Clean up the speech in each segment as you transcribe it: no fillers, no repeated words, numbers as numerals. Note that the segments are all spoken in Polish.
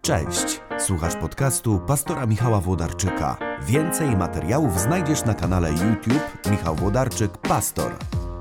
Cześć, słuchasz podcastu pastora Michała Włodarczyka. Więcej materiałów znajdziesz na kanale YouTube Michał Włodarczyk Pastor.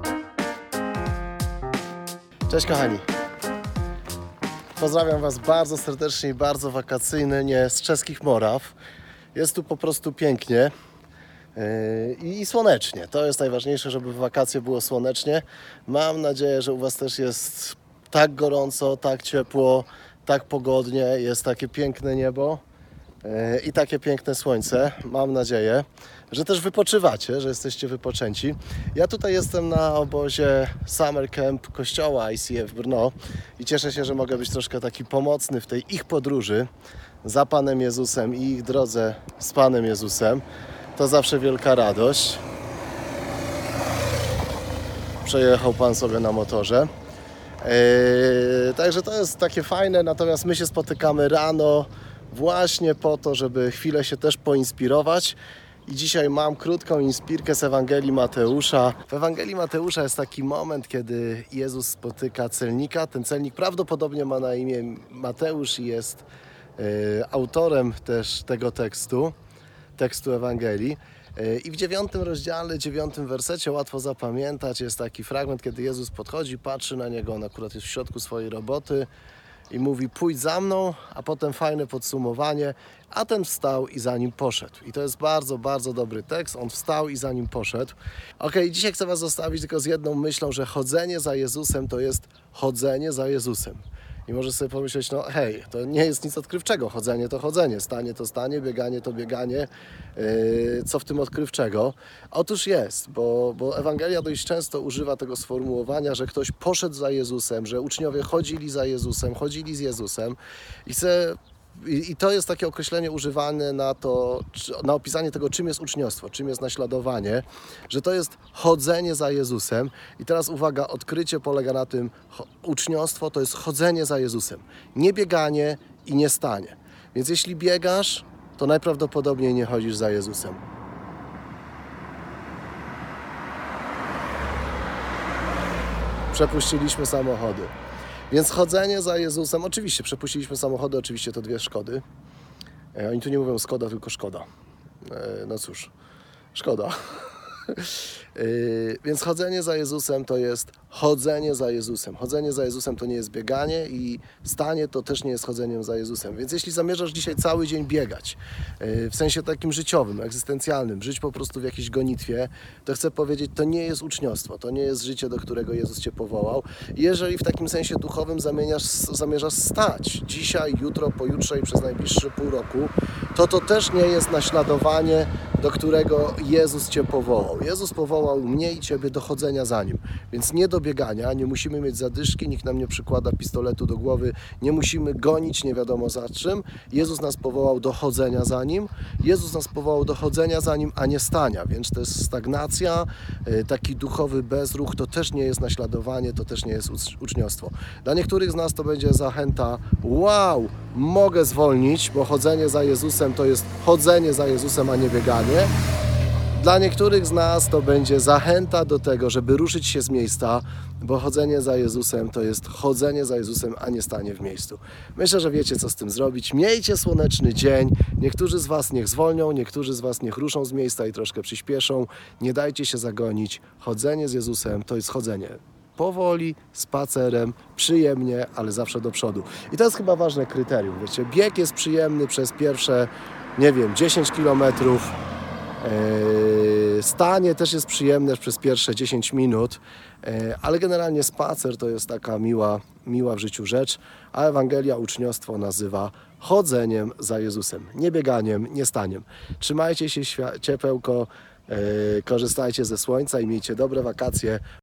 Cześć kochani. Pozdrawiam Was bardzo serdecznie i bardzo wakacyjnie z Czeskich Moraw. Jest tu po prostu pięknie i słonecznie. To jest najważniejsze, żeby w wakacje było słonecznie. Mam nadzieję, że u Was też jest tak gorąco, tak ciepło, tak pogodnie. Jest takie piękne niebo i takie piękne słońce. Mam nadzieję, że też wypoczywacie, że jesteście wypoczęci. Ja tutaj jestem na obozie Summer Camp kościoła ICF Brno i cieszę się, że mogę być troszkę taki pomocny w tej ich podróży za Panem Jezusem i ich drodze z Panem Jezusem. To zawsze wielka radość. Przejechał Pan sobie na motorze. Także to jest takie fajne, natomiast my się spotykamy rano właśnie po to, żeby chwilę się też poinspirować. I dzisiaj mam krótką inspirkę z Ewangelii Mateusza. W Ewangelii Mateusza jest taki moment, kiedy Jezus spotyka celnika. Ten celnik prawdopodobnie ma na imię Mateusz i jest autorem też tego tekstu Ewangelii. I w 9 rozdziale, 9 wersecie łatwo zapamiętać, jest taki fragment, kiedy Jezus podchodzi, patrzy na niego, on akurat jest w środku swojej roboty i mówi: pójdź za mną, a potem fajne podsumowanie, a ten wstał i za nim poszedł. I to jest bardzo, bardzo dobry tekst, on wstał i za nim poszedł. Dzisiaj chcę Was zostawić tylko z jedną myślą, że chodzenie za Jezusem to jest chodzenie za Jezusem. I możesz sobie pomyśleć, no hej, to nie jest nic odkrywczego, chodzenie to chodzenie, stanie to stanie, bieganie to bieganie, co w tym odkrywczego? Otóż jest, bo Ewangelia dość często używa tego sformułowania, że ktoś poszedł za Jezusem, że uczniowie chodzili za Jezusem, chodzili z Jezusem i to jest takie określenie używane na opisanie tego, czym jest uczniostwo, czym jest naśladowanie, że to jest chodzenie za Jezusem. I teraz uwaga, odkrycie polega na tym, uczniostwo to jest chodzenie za Jezusem, nie bieganie i nie stanie. Więc jeśli biegasz, to najprawdopodobniej nie chodzisz za Jezusem. Przepuściliśmy samochody. Więc chodzenie za Jezusem, oczywiście przepuściliśmy samochody, oczywiście to 2 Szkody. Oni tu nie mówią Skoda, tylko Szkoda. No cóż, szkoda. Więc chodzenie za Jezusem to jest chodzenie za Jezusem. Chodzenie za Jezusem to nie jest bieganie i stanie to też nie jest chodzeniem za Jezusem. Więc jeśli zamierzasz dzisiaj cały dzień biegać, w sensie takim życiowym, egzystencjalnym, żyć po prostu w jakiejś gonitwie, to chcę powiedzieć, to nie jest uczniostwo, to nie jest życie, do którego Jezus Cię powołał. Jeżeli w takim sensie duchowym zamierzasz stać dzisiaj, jutro, pojutrze i przez najbliższe pół roku, to też nie jest naśladowanie, do którego Jezus Cię powołał. Jezus powołał mnie i Ciebie do chodzenia za Nim, więc nie do biegania, nie musimy mieć zadyszki, nikt nam nie przykłada pistoletu do głowy, nie musimy gonić nie wiadomo za czym. Jezus nas powołał do chodzenia za Nim, Jezus nas powołał do chodzenia za Nim, a nie stania, więc to jest stagnacja, taki duchowy bezruch, to też nie jest naśladowanie, to też nie jest uczniostwo. Dla niektórych z nas to będzie zachęta, wow, mogę zwolnić, bo chodzenie za Jezusem to jest chodzenie za Jezusem, a nie bieganie. Dla niektórych z nas to będzie zachęta do tego, żeby ruszyć się z miejsca, bo chodzenie za Jezusem to jest chodzenie za Jezusem, a nie stanie w miejscu. Myślę, że wiecie, co z tym zrobić. Miejcie słoneczny dzień. Niektórzy z Was niech zwolnią, niektórzy z Was niech ruszą z miejsca i troszkę przyspieszą. Nie dajcie się zagonić. Chodzenie z Jezusem to jest chodzenie powoli, spacerem, przyjemnie, ale zawsze do przodu. I to jest chyba ważne kryterium. Wiecie, bieg jest przyjemny przez pierwsze, 10 kilometrów. Stanie też jest przyjemne przez pierwsze 10 minut, ale generalnie spacer to jest taka miła w życiu rzecz, a Ewangelia uczniostwo nazywa chodzeniem za Jezusem, nie bieganiem, nie staniem. Trzymajcie się ciepełko, korzystajcie ze słońca i miejcie dobre wakacje.